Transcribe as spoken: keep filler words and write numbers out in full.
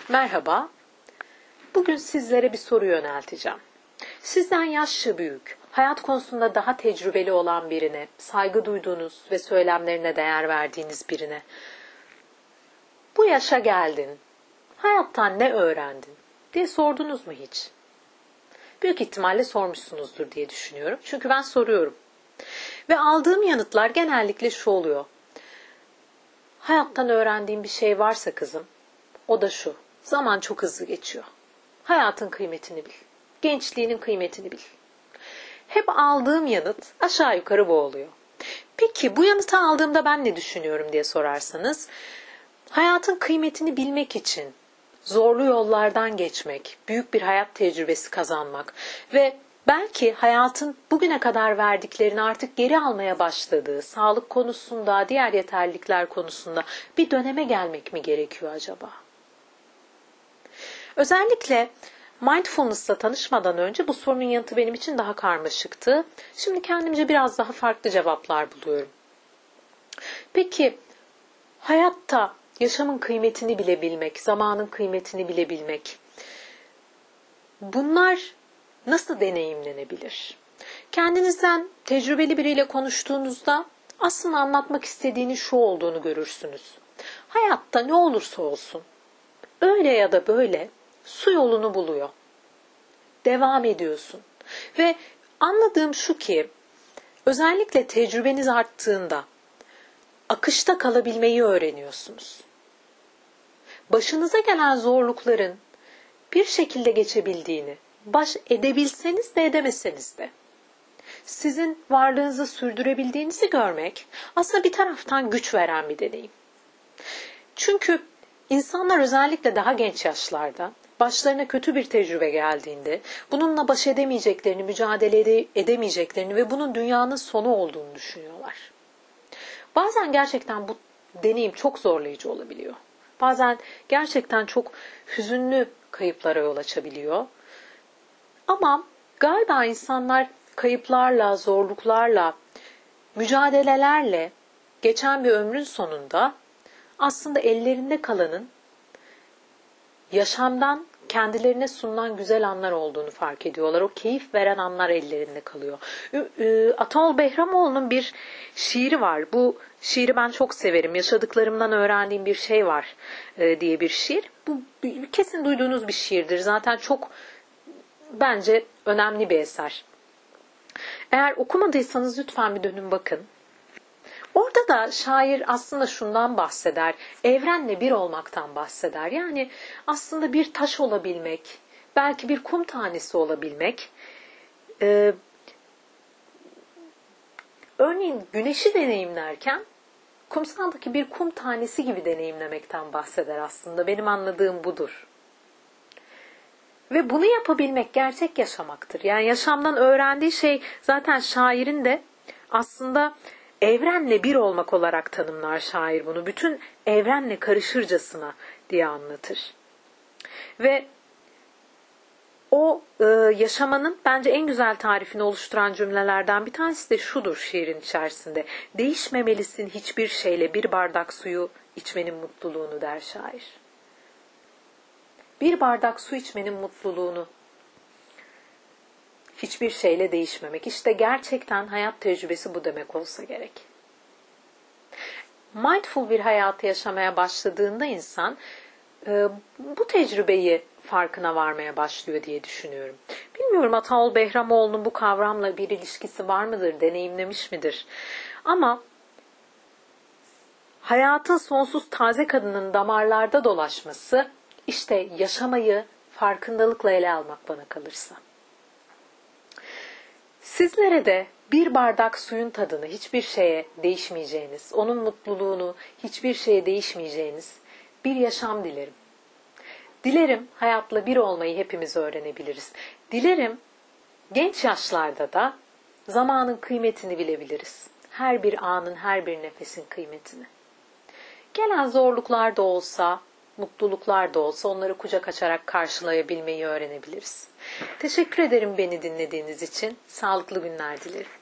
Merhaba, bugün sizlere bir soru yönelteceğim. Sizden yaşça büyük, hayat konusunda daha tecrübeli olan birine, saygı duyduğunuz ve söylemlerine değer verdiğiniz birine, bu yaşa geldin, hayattan ne öğrendin diye sordunuz mu hiç? Büyük ihtimalle sormuşsunuzdur diye düşünüyorum. Çünkü ben soruyorum. Ve aldığım yanıtlar genellikle şu oluyor. Hayattan öğrendiğim bir şey varsa kızım, o da şu. Zaman çok hızlı geçiyor. Hayatın kıymetini bil. Gençliğinin kıymetini bil. Hep aldığım yanıt aşağı yukarı bu oluyor. Peki bu yanıtı aldığımda ben ne düşünüyorum diye sorarsanız, hayatın kıymetini bilmek için zorlu yollardan geçmek, büyük bir hayat tecrübesi kazanmak ve belki hayatın bugüne kadar verdiklerini artık geri almaya başladığı, sağlık konusunda, diğer yeterlilikler konusunda bir döneme gelmek mi gerekiyor acaba? Özellikle mindfulness'la tanışmadan önce bu sorunun yanıtı benim için daha karmaşıktı. Şimdi kendimce biraz daha farklı cevaplar buluyorum. Peki hayatta yaşamın kıymetini bilebilmek, zamanın kıymetini bilebilmek, bunlar nasıl deneyimlenebilir? Kendinizden tecrübeli biriyle konuştuğunuzda aslında anlatmak istediğini şu olduğunu görürsünüz. Hayatta ne olursa olsun, öyle ya da böyle su yolunu buluyor. Devam ediyorsun. Ve anladığım şu ki, özellikle tecrübeniz arttığında akışta kalabilmeyi öğreniyorsunuz. Başınıza gelen zorlukların bir şekilde geçebildiğini, baş edebilseniz de edemeseniz de, sizin varlığınızı sürdürebildiğinizi görmek aslında bir taraftan güç veren bir deneyim. Çünkü insanlar özellikle daha genç yaşlarda başlarına kötü bir tecrübe geldiğinde bununla baş edemeyeceklerini, mücadele edemeyeceklerini ve bunun dünyanın sonu olduğunu düşünüyorlar. Bazen gerçekten bu deneyim çok zorlayıcı olabiliyor. Bazen gerçekten çok hüzünlü kayıplara yol açabiliyor. Ama galiba insanlar kayıplarla, zorluklarla, mücadelelerle geçen bir ömrün sonunda aslında ellerinde kalanın yaşamdan kendilerine sunulan güzel anlar olduğunu fark ediyorlar. O keyif veren anlar ellerinde kalıyor. Atol Behramoğlu'nun bir şiiri var. Bu şiiri ben çok severim. Yaşadıklarımdan öğrendiğim bir şey var diye bir şiir. Bu kesin duyduğunuz bir şiirdir. Zaten çok bence önemli bir eser. Eğer okumadıysanız lütfen bir dönün bakın. Orada da şair aslında şundan bahseder, evrenle bir olmaktan bahseder. Yani aslında bir taş olabilmek, belki bir kum tanesi olabilmek. Ee, örneğin güneşi deneyimlerken kumsaldaki bir kum tanesi gibi deneyimlemekten bahseder aslında. Benim anladığım budur. Ve bunu yapabilmek gerçek yaşamaktır. Yani yaşamdan öğrendiği şey zaten şairin de aslında evrenle bir olmak olarak tanımlar şair bunu. Bütün evrenle karışırcasına diye anlatır. Ve o e, yaşamanın bence en güzel tarifini oluşturan cümlelerden bir tanesi de şudur şiirin içerisinde. Değişmemelisin hiçbir şeyle bir bardak suyu içmenin mutluluğunu der şair. Bir bardak su içmenin mutluluğunu hiçbir şeyle değişmemek. İşte gerçekten hayat tecrübesi bu demek olsa gerek. Mindful bir hayatı yaşamaya başladığında insan bu tecrübeyi farkına varmaya başlıyor diye düşünüyorum. Bilmiyorum Atol Behramoğlu'nun bu kavramla bir ilişkisi var mıdır, deneyimlemiş midir? Ama hayatın sonsuz taze kanının damarlarda dolaşması, işte yaşamayı farkındalıkla ele almak bana kalırsa. Sizlere de bir bardak suyun tadını hiçbir şeye değişmeyeceğiniz, onun mutluluğunu hiçbir şeye değişmeyeceğiniz bir yaşam dilerim. Dilerim hayatla bir olmayı hepimiz öğrenebiliriz. Dilerim genç yaşlarda da zamanın kıymetini bilebiliriz. Her bir anın, her bir nefesin kıymetini. Gelen zorluklar da olsa, mutluluklar da olsa onları kucak açarak karşılayabilmeyi öğrenebiliriz. Teşekkür ederim beni dinlediğiniz için. Sağlıklı günler dilerim.